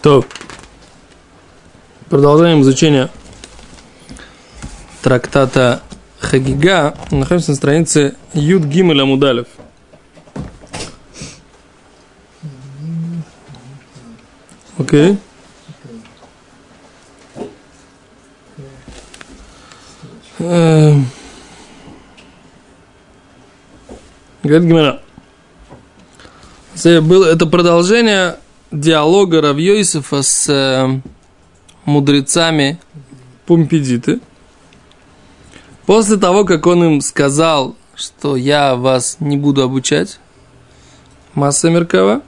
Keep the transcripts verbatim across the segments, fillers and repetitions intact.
То. Продолжаем изучение трактата Хагига. Находимся на странице Юд Гимель Амуд Алеф. Окей. Говорит Гимара. Это продолжение диалога Рав Йосефа с э, мудрецами Пумпидиты. После того, как он им сказал, что я вас не буду обучать Маасе Меркава,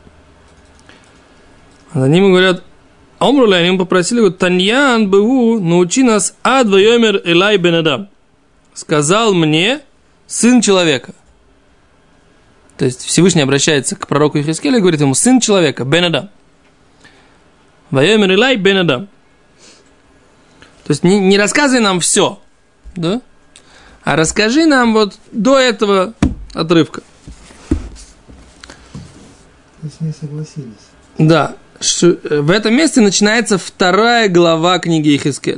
они ему говорят, Омруля, они ему попросили, говорят, Таньян Бэгу, научи нас ад вайомер элай бен адам. Сказал мне сын человека. То есть Всевышний обращается к пророку Ихискелю и говорит ему, сын человека, бен адам. Вайомер элай бен адам. То есть не, не рассказывай нам все, да? А расскажи нам вот до этого отрывка. То есть не согласились. Да. В этом месте начинается вторая глава книги Ихискель.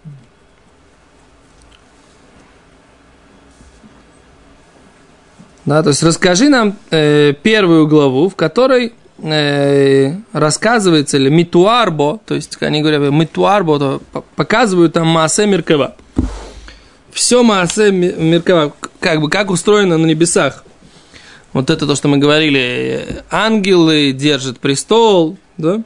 Да, то есть расскажи нам э, первую главу, в которой э, рассказывается, или митуарбо, то есть они говорят митуарбо, то показывают там Маасе Меркава. Все Маасе Меркава, как бы как устроено на небесах. Вот это то, что мы говорили, ангелы держат престол, да?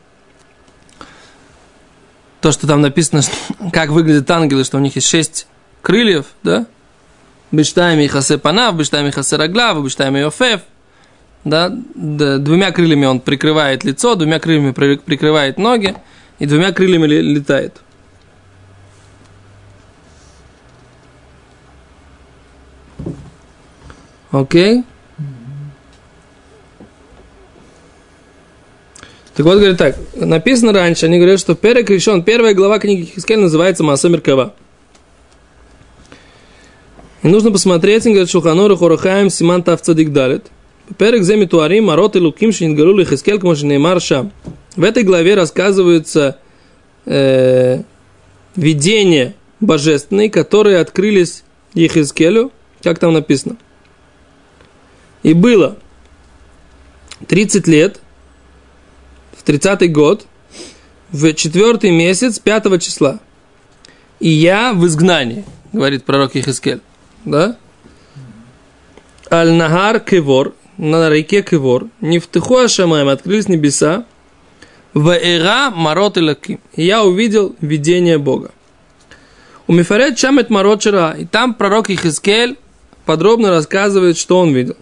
То, что там написано, что, как выглядят ангелы, что у них есть шесть крыльев, да? Бештайми хасе панав, бештайми хасе раглав, бештайми йофеф, да? Двумя крыльями он прикрывает лицо, двумя крыльями прикрывает ноги, и двумя крыльями летает. Окей? Так вот, говорит так, написано раньше, они говорят, что Перек решен, первая глава книги Ихискель называется Маасе Меркава. И нужно посмотреть, говорит, Шулхан Арух Орахаим Симан Тав Цадик Далет. Перек зе митуарим марот и луким шинитгару Ихискель, как неймар шам. В этой главе рассказываются э, видения божественные, которые открылись Ихискелю, как там написано. И было тридцать лет, в тридцатый год, в четвертый месяц, пятого числа. И я в изгнании, говорит пророк Ихискель. Да? Аль-Нагар Кевор, на реке Кевор, Нифтеху Ашамаем, открылись небеса, Ваэра Марот Элаким. И я увидел видение Бога. У Мифарет Шамет Марот Шира. И там пророк Ихискель подробно рассказывает, что он видел.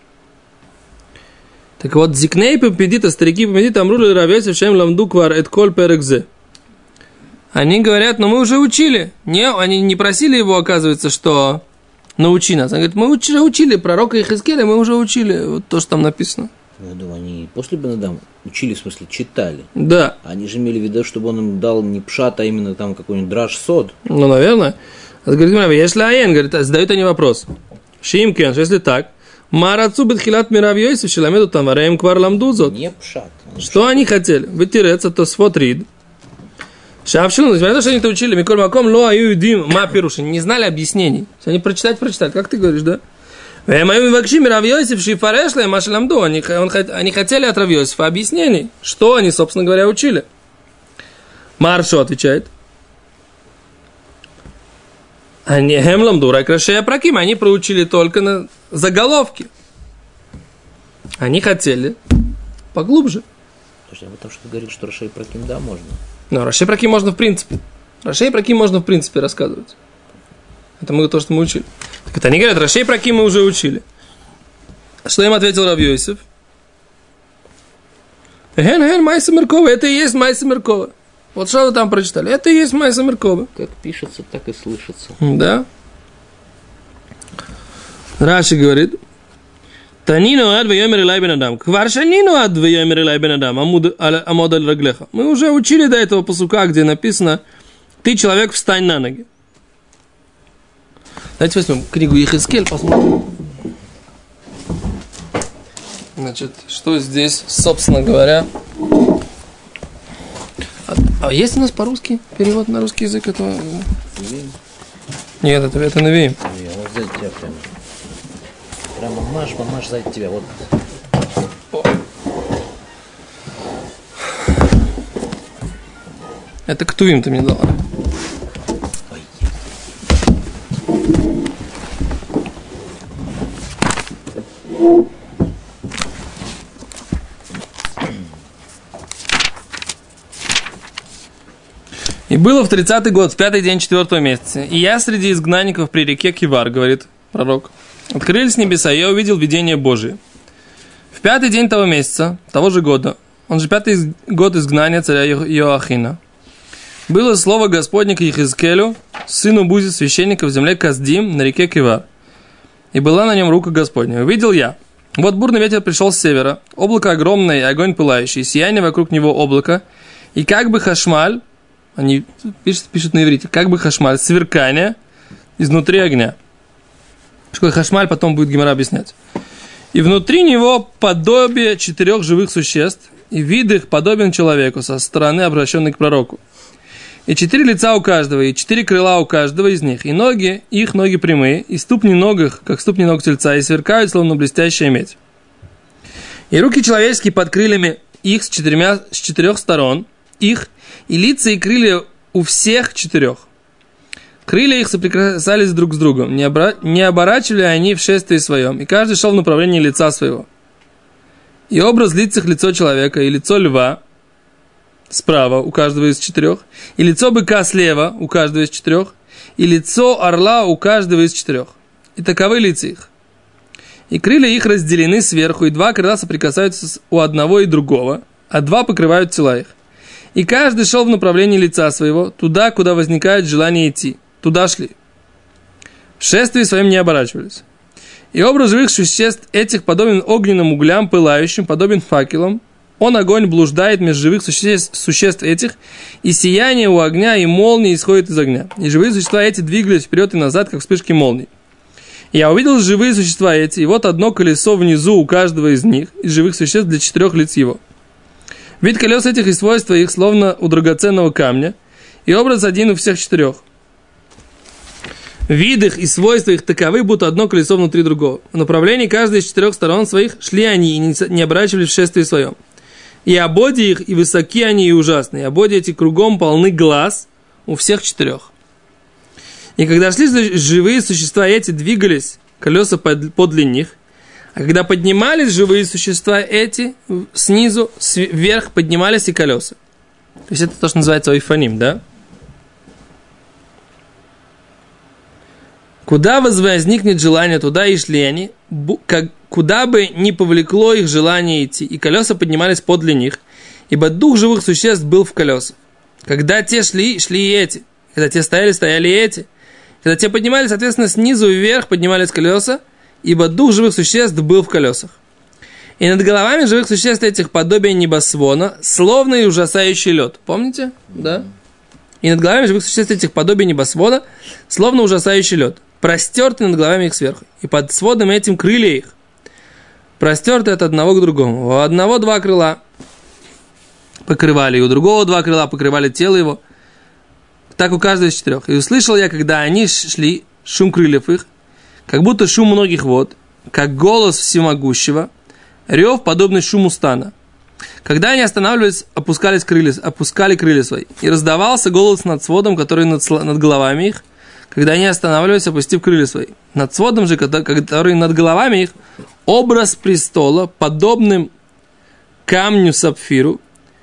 Так вот, Зикней Пумпидита, старики Пумпидита, Амрули Рав Йосеф Шем Ламду Квар Эт Коль Перек Зе. Они говорят, но мы уже учили. Не, они не просили его, оказывается, что научи нас. Они говорят, мы уже учили пророка Ихискеля, мы уже учили вот то, что там написано. Я думаю, они после бен адам учили, в смысле, читали. Да. Они же имели в виду, чтобы он им дал не пшат, а именно там какой-нибудь драш сод. Ну, наверное. Говорит, если Аен, говорит, задают они вопрос. Шимкен, если так, Марацу бетхилат мирав Йосеф шеламеду там вареем квар ламдузот. Не пшат. Что они хотели? Вытиреться, то сфотрид. Шавшину, несмотря на то, что они это учили, Миколь Маком, ло аюдим ма пируши, не знали объяснений. Они прочитать, прочитать, как ты говоришь, да? Они хотели от Рав Йосефа объяснений, что они, собственно говоря, учили. Маршо отвечает. Они хемламду ракрашея праким, они проучили только на заголовки. Они хотели поглубже. Слушай, а вы там что-то говорили, что Рашей праким, да, можно? Ну, Рашей праким можно в принципе. Рашей праким можно в принципе рассказывать. Это мы то, что мы учили. Так это они говорят, Рашей праким мы уже учили. Что им ответил Рав Йосеф? Ген, ген, Маасе Меркава, это и есть Маасе Меркава. Вот что вы там прочитали? Это и есть Маасе Меркава. Как пишется, так и слышится. Да. Раши говорит, Танину ад вайомер элай бен адам. Кваршанину ад вайомер элай бен адам. Амод аль раглеха. Мы уже учили до этого пасука, где написано, ты, человек, встань на ноги. Давайте возьмем книгу Ихискель, посмотрим. Значит, что здесь, собственно говоря, А есть у нас по-русски перевод на русский язык этого? Навеем? Нет, это, это навеем. Навеем, вот сзади тебя прямо. Прямо маш, маш сзади тебя, вот. О. Это ктувим ты мне дала. Ой. И было в тридцатый год, в пятый день четвертого месяца, и я среди изгнанников при реке Кивар, говорит пророк, открылись небеса, и я увидел видение Божие. В пятый день того месяца, того же года, он же пятый год изгнания царя Йоахина, было слово Господне к Ехизкелю, сыну Бузи, священника в земле Каздим, на реке Кивар. И была на нем рука Господня. Увидел я. Вот бурный ветер пришел с севера, облако огромное и огонь пылающий, сияние вокруг него облака, и как бы хашмаль, они пишут, пишут на иврите, как бы хашмаль, сверкание изнутри огня. Что такое хашмаль, потом будет Гемара объяснять. И внутри него подобие четырех живых существ, и вид их подобен человеку, со стороны обращенной к пророку. И четыре лица у каждого, и четыре крыла у каждого из них, и ноги, их ноги прямые, и ступни ног их, как ступни ног тельца, и сверкают, словно блестящая медь. И руки человеческие под крыльями их с, четырьмя, с четырех сторон, их, и лица и крылья у всех четырех. Крылья их соприкасались друг с другом, не, обра... не оборачивали они в шествии своем, и каждый шел в направлении лица своего. И образ лиц их лицо человека, и лицо льва справа у каждого из четырех, и лицо быка слева у каждого из четырех, и лицо орла у каждого из четырех. И таковы лица их. И крылья их разделены сверху, и два крыла соприкасаются у одного и другого, а два покрывают тела их. И каждый шел в направлении лица своего, туда, куда возникает желание идти. Туда шли. В шествии своем не оборачивались. И образ живых существ этих подобен огненным углям, пылающим, подобен факелам. Он, огонь, блуждает между живых существ, существ этих, и сияние у огня и молнии исходит из огня. И живые существа эти двигались вперед и назад, как вспышки молний. И я увидел живые существа эти, и вот одно колесо внизу у каждого из них, из живых существ для четырех лиц его. Вид колес этих и свойства их, словно у драгоценного камня, и образ один у всех четырех. Вид их и свойства их таковы, будто одно колесо внутри другого. В направлении каждой из четырех сторон своих шли они и не оборачивались в шествии своем. И ободи их, и высоки они, и ужасные. Ободи эти кругом полны глаз у всех четырех. И когда шли живые существа эти, двигались колеса подле них, а когда поднимались живые существа эти, снизу, вверх поднимались и колеса. То есть это то, что называется ойфаним, да? Куда возникнет желание, туда и шли они, как, куда бы ни повлекло их желание идти, и колеса поднимались подле них, ибо дух живых существ был в колесах. Когда те шли, шли и эти. Когда те стояли, стояли и эти. Когда те поднимались, соответственно, снизу вверх поднимались колеса, ибо дух живых существ был в колесах. И над головами живых существ этих подобие небосвона, словно и ужасающий лед. Помните? Да? И над головами живых существ этих подобие небосвода, словно ужасающий лед, простертый над головами их сверху. И под сводом этим крылья их, простерты от одного к другому. У одного два крыла покрывали, и у другого два крыла покрывали тело его. Так у каждого из четырех. И услышал я, когда они шли, шум крыльев их, как будто шум многих вод, как голос всемогущего, рев, подобный шуму стана. Когда они останавливались, опускались крылья, опускали крылья свои. И раздавался голос над сводом, который над, над головами их, когда они останавливались, опустив крылья свои. Над сводом же, который над головами их, образ престола, подобным камню сапфиру,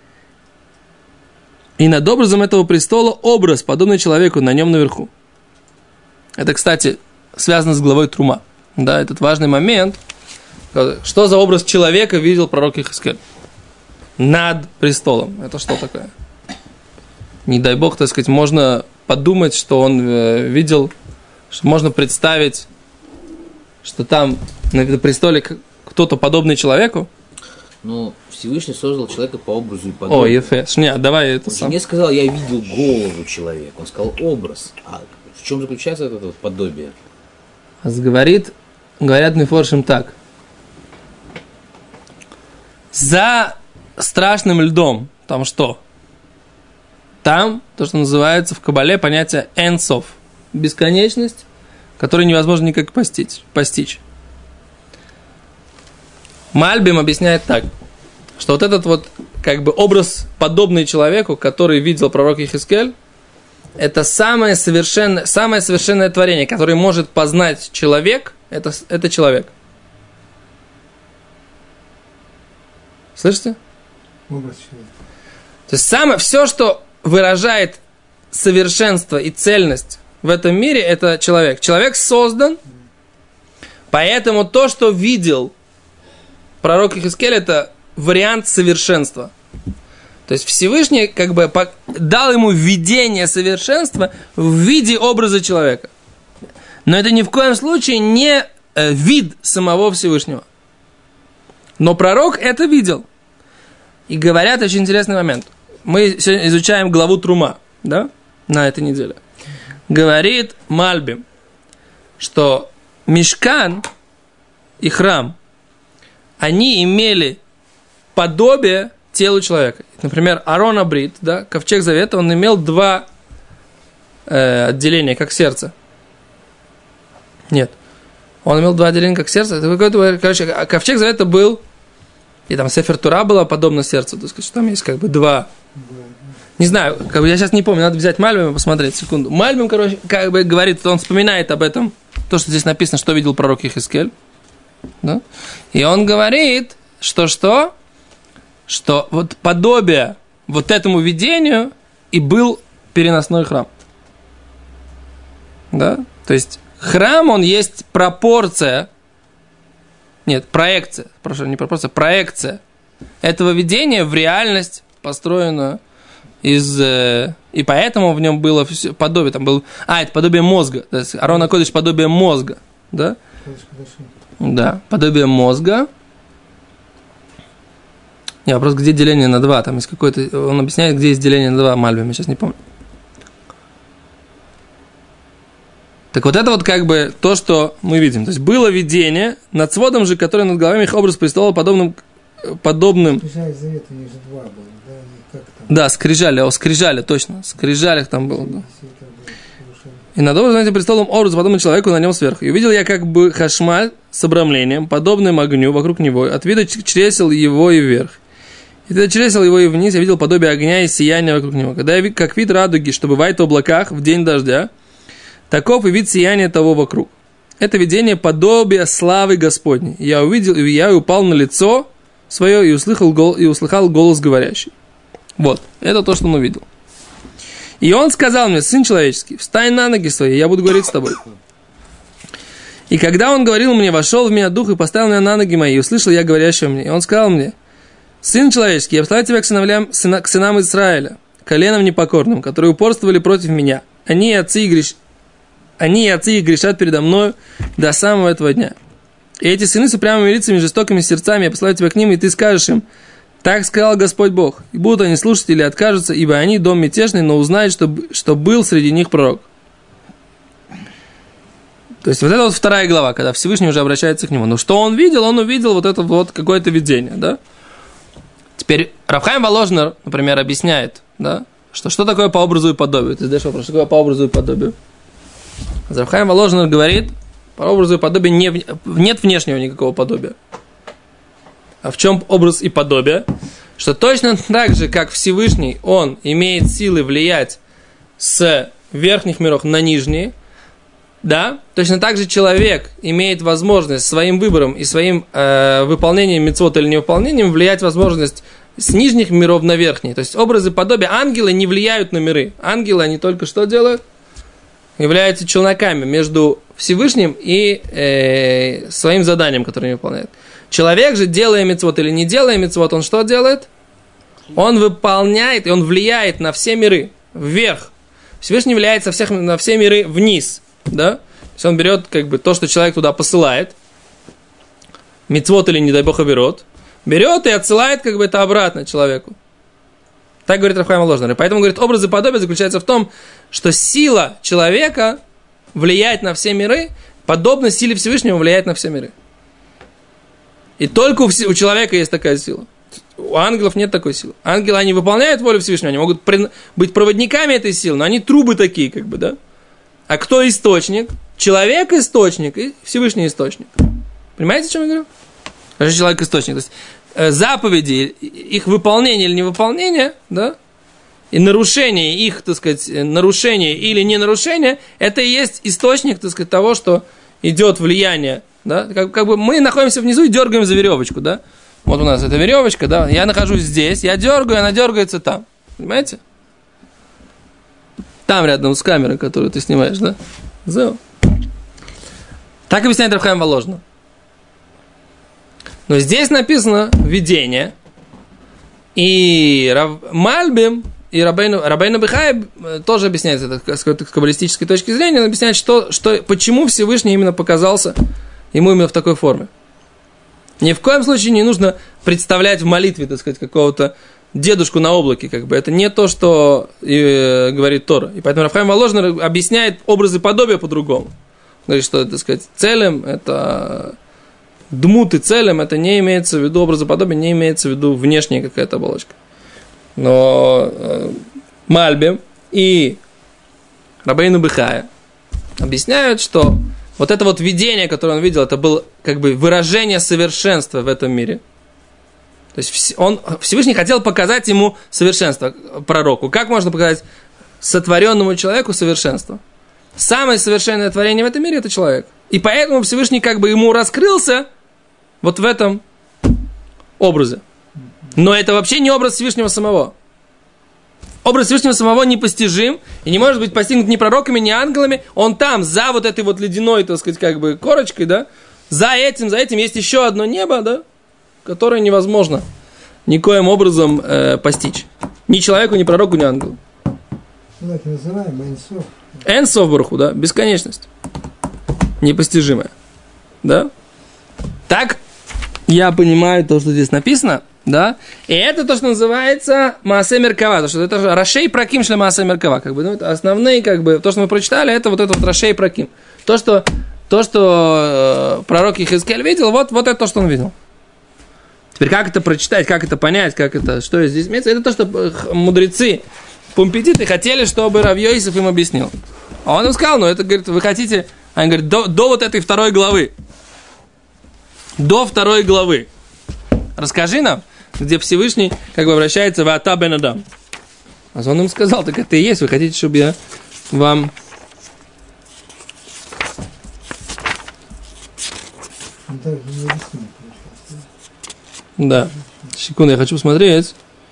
и над образом этого престола образ, подобный человеку на нем наверху. Это, кстати, связано с главой Трума. Да, этот важный момент. Что за образ человека видел пророк Йехескель? Над престолом. Это что такое? Не дай бог, так сказать, можно подумать, что он э, видел, что можно представить, что там на престоле кто-то подобный человеку. Но Всевышний создал человека по образу и подобию. О, Ефе. Шня, давай это он сам. Он не сказал, я видел голову человека. Он сказал образ. А в чем заключается это вот подобие? Говорит, говорят мифоршим так. За страшным льдом, там что? Там то, что называется в Кабале понятие «энсов» – бесконечность, которую невозможно никак постичь. постичь. Мальбим объясняет так, что вот этот вот как бы образ, подобный человеку, который видел пророк Йехескель, это самое совершенное, самое совершенное творение, которое может познать человек, это, это человек. Слышите? Образ человека. То есть самое, все, что выражает совершенство и цельность в этом мире, это человек. Человек создан, поэтому то, что видел пророк Йехескель, это вариант совершенства. То есть Всевышний как бы дал ему видение совершенства в виде образа человека. Но это ни в коем случае не вид самого Всевышнего. Но пророк это видел. И говорят очень интересный момент. Мы сегодня изучаем главу Трума, да, на этой неделе. Говорит Мальбим, что Мишкан и храм, они имели подобие телу человека. Например, Арон Абрит, да, ковчег завета, он имел два э, отделения, как сердце. Нет. Он имел два отделения, как сердце. Это какой-то, короче, ковчег завета был, и там Сефер Тура была подобна сердцу. То есть, там есть как бы два. Не знаю, как бы я сейчас не помню, надо взять Мальбим и посмотреть, секунду. Мальбим, короче, как бы говорит, он вспоминает об этом, то, что здесь написано, что видел пророк Йехескель. Да? И он говорит, что что? Что вот подобие вот этому видению и был переносной храм. Да? То есть храм, он есть пропорция, нет, проекция, прошу, не пропорция, проекция этого видения в реальность, построенную из... Э, и поэтому в нем было все, подобие, там был... А, это подобие мозга. То есть Арон ха-Кодеш подобие мозга. Да? Да, подобие мозга. Не, вопрос, где деление на два? Там есть какой-то... Он объясняет, где есть деление на два, Мальбим, я сейчас не помню. Так вот это вот как бы то, что мы видим. То есть было видение над сводом же, который над головами их образ престола подобным... подобным... Скрижали завета, их же два было, да? Как там? Да, скрижали, о, скрижали, точно. Скрижалях там было, да. И над образом, знаете, престолом образ подобный человеку на нем сверху. И увидел я как бы хашмаль с обрамлением, подобным огню вокруг него, от вида чресел его и вверх. И тогда чресел его и вниз, я видел подобие огня и сияния вокруг него. Когда я, как вид радуги, что бывает в облаках в день дождя, таков и вид сияния того вокруг. Это видение подобие славы Господней. Я увидел, и я упал на лицо свое и услыхал, гол, и услыхал голос говорящий. Вот, это то, что он увидел. И он сказал мне, сын человеческий, встань на ноги свои, я буду говорить с тобой. И когда он говорил мне, вошел в меня дух и поставил меня на ноги мои, и услышал я говорящего мне. И он сказал мне, сын человеческий, я послал тебя к сыновлям, сына, к сынам Израиля, коленам непокорным, которые упорствовали против меня. Они и отцы и, греш... Они и отцы и грешат передо мною до самого этого дня. И эти сыны с упрямыми лицами, жестокими сердцами, я посылаю тебя к ним, и ты скажешь им, так сказал Господь Бог. И будут они слушать или откажутся, ибо они дом мятежный, но узнают, что, что был среди них пророк. То есть вот это вот вторая глава, когда Всевышний уже обращается к нему. Но что он видел? Он увидел вот это вот какое-то видение, да? Теперь Рав Хаим Воложнер, например, объясняет, да, что что такое по образу и подобию. Ты задаешь вопрос, что такое по образу и подобию? Рав Хаим Воложнер говорит, по образу и подобию не, нет внешнего никакого подобия. А в чем образ и подобие? Что точно так же, как Всевышний, он имеет силы влиять с верхних миров на нижние, да, точно так же человек имеет возможность своим выбором и своим э, выполнением мицвот или невыполнением влиять возможность с нижних миров на верхние. То есть образы подобия ангелы не влияют на миры. Ангелы, они только что делают? Являются челноками между Всевышним и э, своим заданием, которое они выполняют. Человек же, делая мицвот или не делая мицвот, он что делает? Он выполняет, и он влияет на все миры вверх. Всевышний влияет со всех, на все миры вниз. Да? То есть он берет как бы то, что человек туда посылает, мицвот или, не дай бог, авирот, берет и отсылает как бы это обратно человеку. Так говорит Рав Хаим Воложнер. И поэтому, говорит, образ и подобие заключается в том, что сила человека влияет на все миры, подобно силе Всевышнего влияет на все миры. И только у, у человека есть такая сила. у ангелов нет такой силы. Ангелы, они выполняют волю Всевышнего, они могут быть проводниками этой силы, но они трубы такие, как бы, да? А кто источник? Человек источник и Всевышний источник. Понимаете, о чем я говорю? Даже человек источник. То есть э, заповеди, их выполнение или невыполнение, да? И нарушение их, так сказать, нарушение или не нарушение, это и есть источник, так сказать, того, что идет влияние, да? Как, как бы мы находимся внизу и дергаем за веревочку, да? Вот у нас эта веревочка, да? Я нахожусь здесь, я дергаю, она дергается там. Понимаете? Там рядом с камерой, которую ты снимаешь, да? Зел. Так объясняет Рав Хаим Воложный. Но здесь написано видение. И Рав Мальбим и Рабейну, Рабейну Бехай тоже объясняет это с каббалистической точки зрения. Он объясняет, что, что, почему Всевышний именно показался ему именно в такой форме. Ни в коем случае не нужно представлять в молитве, так сказать, какого-то дедушку на облаке, как бы. Это не то, что э, говорит Тора. И поэтому Рав Хаим Воложный объясняет образы подобия по-другому. Говорит, что, так сказать, целым, это дмут и целым, это не имеется в виду, образы подобия не имеется в виду внешняя какая-то оболочка. Но э, Мальбим и Рабейну Бехая объясняют, что вот это вот видение, которое он видел, это было как бы выражение совершенства в этом мире. То есть он, Всевышний хотел показать ему совершенство, пророку. Как можно показать сотворенному человеку совершенство? Самое совершенное творение в этом мире – это человек. И поэтому Всевышний как бы ему раскрылся вот в этом образе. Но это вообще не образ Всевышнего самого. Образ Всевышнего самого непостижим и не может быть постигнут ни пророками, ни ангелами. Он там, за вот этой вот ледяной, так сказать, как бы корочкой, да, за этим, за этим есть еще одно небо, да, которое невозможно никоим образом э, постичь. Ни человеку, ни пророку, ни ангелу. Ну, это называем Энсов. Энсов барху, да, бесконечность. Непостижимая. Да? Так я понимаю то, что здесь написано, да? И это то, что называется Маасе Меркава. То, что это Рашей Праким шле Маасе Меркава. Как бы, ну, это основные, как бы, то, что мы прочитали, это вот это вот Рашей Праким. То, что, то, что э, пророк Йехескель видел, вот, вот это то, что он видел. Теперь как это прочитать, как это понять, как это, что здесь имеется, это то, что мудрецы пумпедиты хотели, чтобы Рав Йосеф им объяснил. А он им сказал, ну это, говорит, вы хотите, они говорят, до, до вот этой второй главы. До второй главы. Расскажи нам, где Всевышний как бы обращается в Ата бен Адам. А он им сказал, так это и есть, вы хотите, чтобы я вам... Да. Секунду, я хочу посмотреть.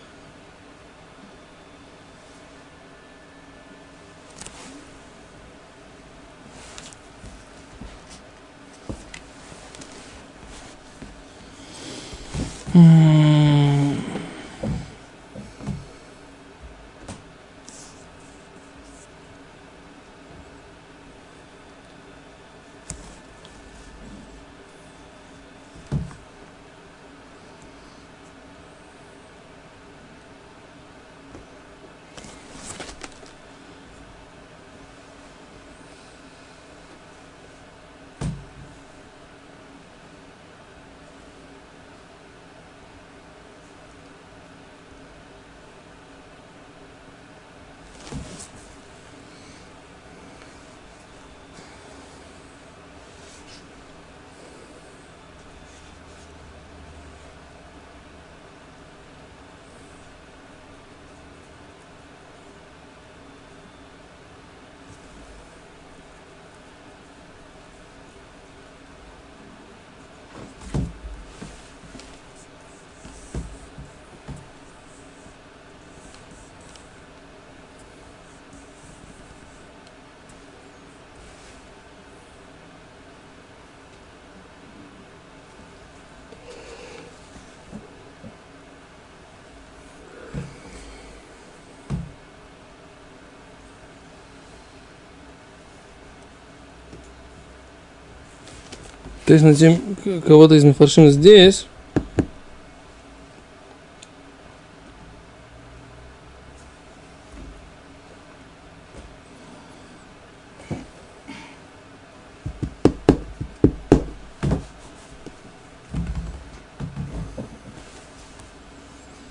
То есть, на тем, кого-то из Мефаршим здесь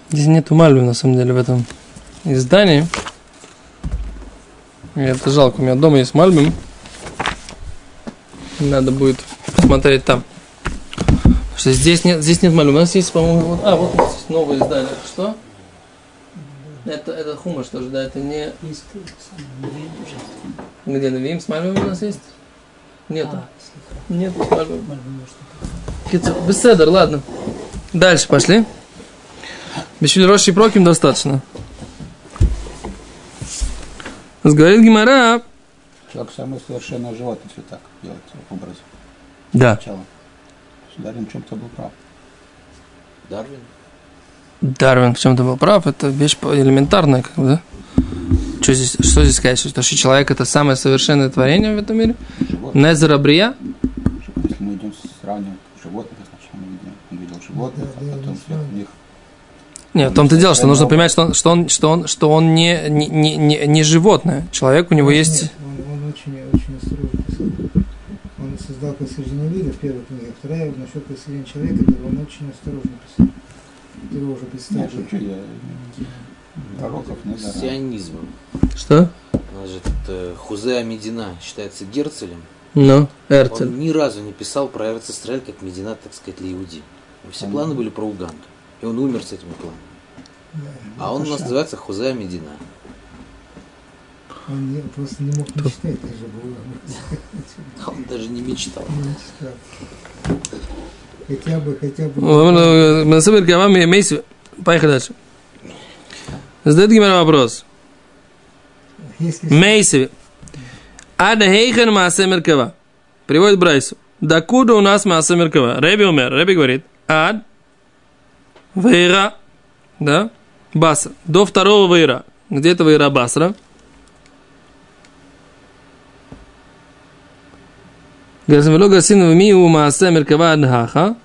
Здесь нету мальвы, на самом деле, в этом издании. И это жалко. У меня дома есть мальбим. Надо будет посмотреть там. Потому что здесь нет, здесь нет мальбим. У нас есть, по-моему, вот, а, вот у нас есть новое издание. Что? Это, это хумаш тоже, да, это не... Где Навиим с мальбим у нас есть? Нету. Нет, с мальбим. Беседер, ладно. Дальше пошли. Бешвиль Роши Проким достаточно. Говорит Гимара. Человек самый совершенное животное, если так делать в образе. Да. Сначала. Дарвин в чем-то был прав. Дарвин? Дарвин в чем-то был прав. Это вещь элементарная, как бы, да? Что здесь, что здесь сказать? Что, что человек это самое совершенное творение в этом мире? Незер Абрия? Если мы идем сравнивать животных, сначала мы видим, он видел животных, а потом сверху них. Нет, в том-то дело, что нужно понимать, что он, что он, что он, что он не, не, не, не животное. Человек, у него Нет, есть... Он, он очень, очень осторожно писал. Он создал происхождение вида в первой книге, а вторая насчет происхождения человека, он очень осторожно писал. Ты его уже представил. Я шучу, я пророков не знаю. С сионизмом. Что? Значит, Хузе Медина считается Герцелем. Ну, Эрцель. Он ни разу не писал про Эрц-Исраэль как Медина, так сказать, для Иуди. Все планы были про Уганду. И он умер с этими планами. Да, а он у нас называется Хузе Медина. Он не, просто не мог мечтать даже было. Он даже не мечтал. Не мечтал. Хотя бы, хотя бы... Поехали дальше. Задает Гимара вопрос. Мейсеви. Ада хейхен маасе меркава. Приводит Брайсу. Докуда у нас маасе меркава? Реби умер. Реби говорит. Ад. Вейра. Да? Басра. До второго вейра. Где это вейра Басра? Газмело гасин в миу маасе меркава адхаха.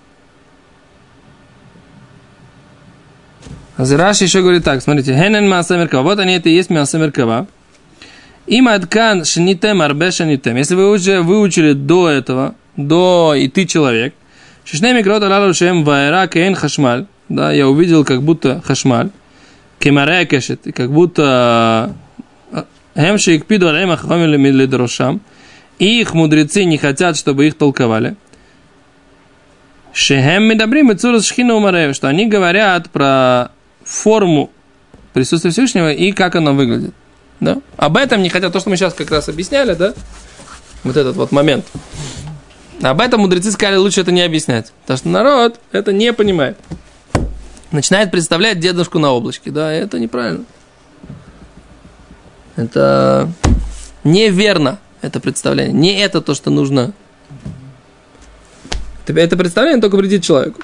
Раши еще говорит так, смотрите, хенен маасе меркава. Вот они, это и есть маасе меркава. Им адкан шнитем арбе шнитем. Если вы уже выучили до этого, до и ты человек, шишнеми крот алалу шем ваера кен хашмаль. Да, я увидел как будто хашмаль. Кемаре кешет, как будто хем шейкпиду алейм ахахомим ледрошам. И их мудрецы не хотят, чтобы их толковали. Шехем медабрим и цурус шхина умарею, что они говорят про форму присутствия Всевышнего и как оно выглядит. Да? Об этом не хотят, то, что мы сейчас как раз объясняли, да? Вот этот вот момент. Об этом мудрецы сказали, лучше это не объяснять. Потому что народ это не понимает. Начинает представлять дедушку на облачке. Да, это неправильно. Это неверно, это представление. Не это то, что нужно. Это представление только вредит человеку.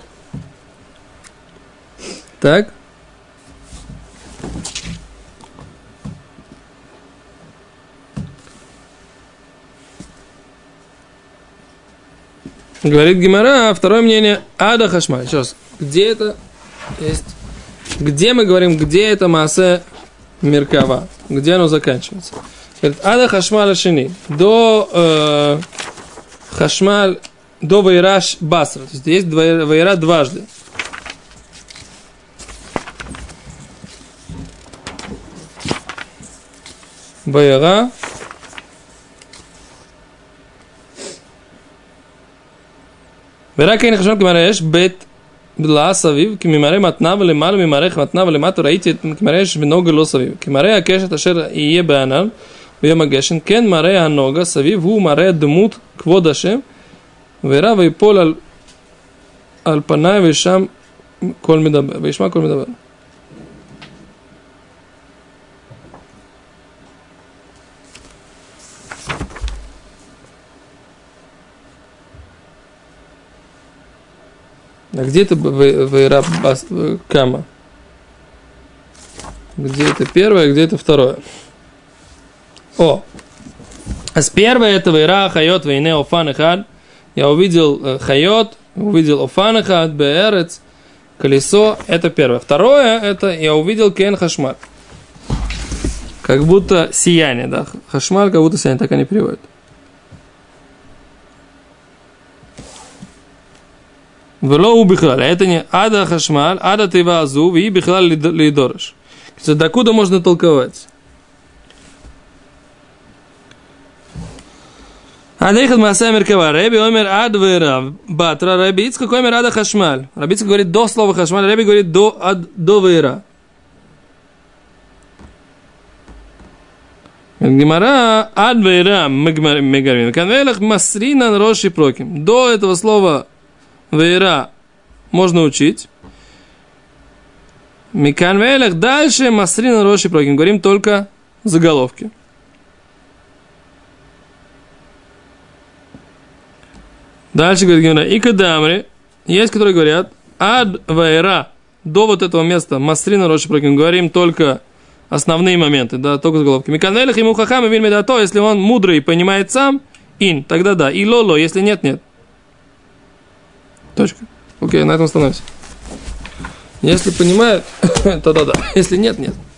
Так. Говорит Гемара, второе мнение, ада хашмаль. Еще раз, где это есть? Где мы говорим, где это маасе меркава? Где оно заканчивается? Говорит, ада хашмаль шини. До э, хашмаль, до вайраш басра. То есть есть вайра дважды. Вайра. ורק אין חשמל כמראה יש בית בלעה סביב, כי ממראה מתנה ולמעלה ממראה מתנה ולמטה ראיתי את כמראה יש בנוגה לא סביב. כי מראה הקשת אשר יהיה בענב ביום הגשם, כן מראה הנוגה סביב, הוא מראה דמות כבוד השם, ורא ויפול על, על פניי וישם כל מדבר, וישמע כל מדבר. А где это вейра кама? Где это первое, где это второе? О! А с первой это вейра хайот вейне офан эхад. Я увидел хайот, увидел офан эхад, беэрец, колесо. Это первое. Второе это я увидел кен хашмаль. Как будто сияние, да? Хашмаль, как будто сияние, так они переводят. Вело убихлали. Это не ада хашмаль, ада тыва азу, и бихлали лидорыш. Докуда можно толковать? Адейхат Маасай Меркава, Реби Омер Адвера, Батра, Реби Ицхак Омер Ада Хашмаль. Реби Ицхак говорит до слова Хашмаль, Реби говорит до, ад, до Вера. Гемара Адвера Мегармин. Канвелах Масрина Роши Проким. До этого слова Вера можно учить. Миканвелах дальше Масрина Роши Проким. Говорим только заголовки. Дальше говорит Гемара, и кадамри, есть, которые говорят, ад вайра, до вот этого места, масрина роши проким, говорим только основные моменты, да, только заголовки. Миканелях ему хахам и вильми да то, если он мудрый и понимает сам, ин, тогда да, и лоло, если нет, нет. Точка. Окей, на этом остановимся. Если понимает, то да, да, если нет, нет.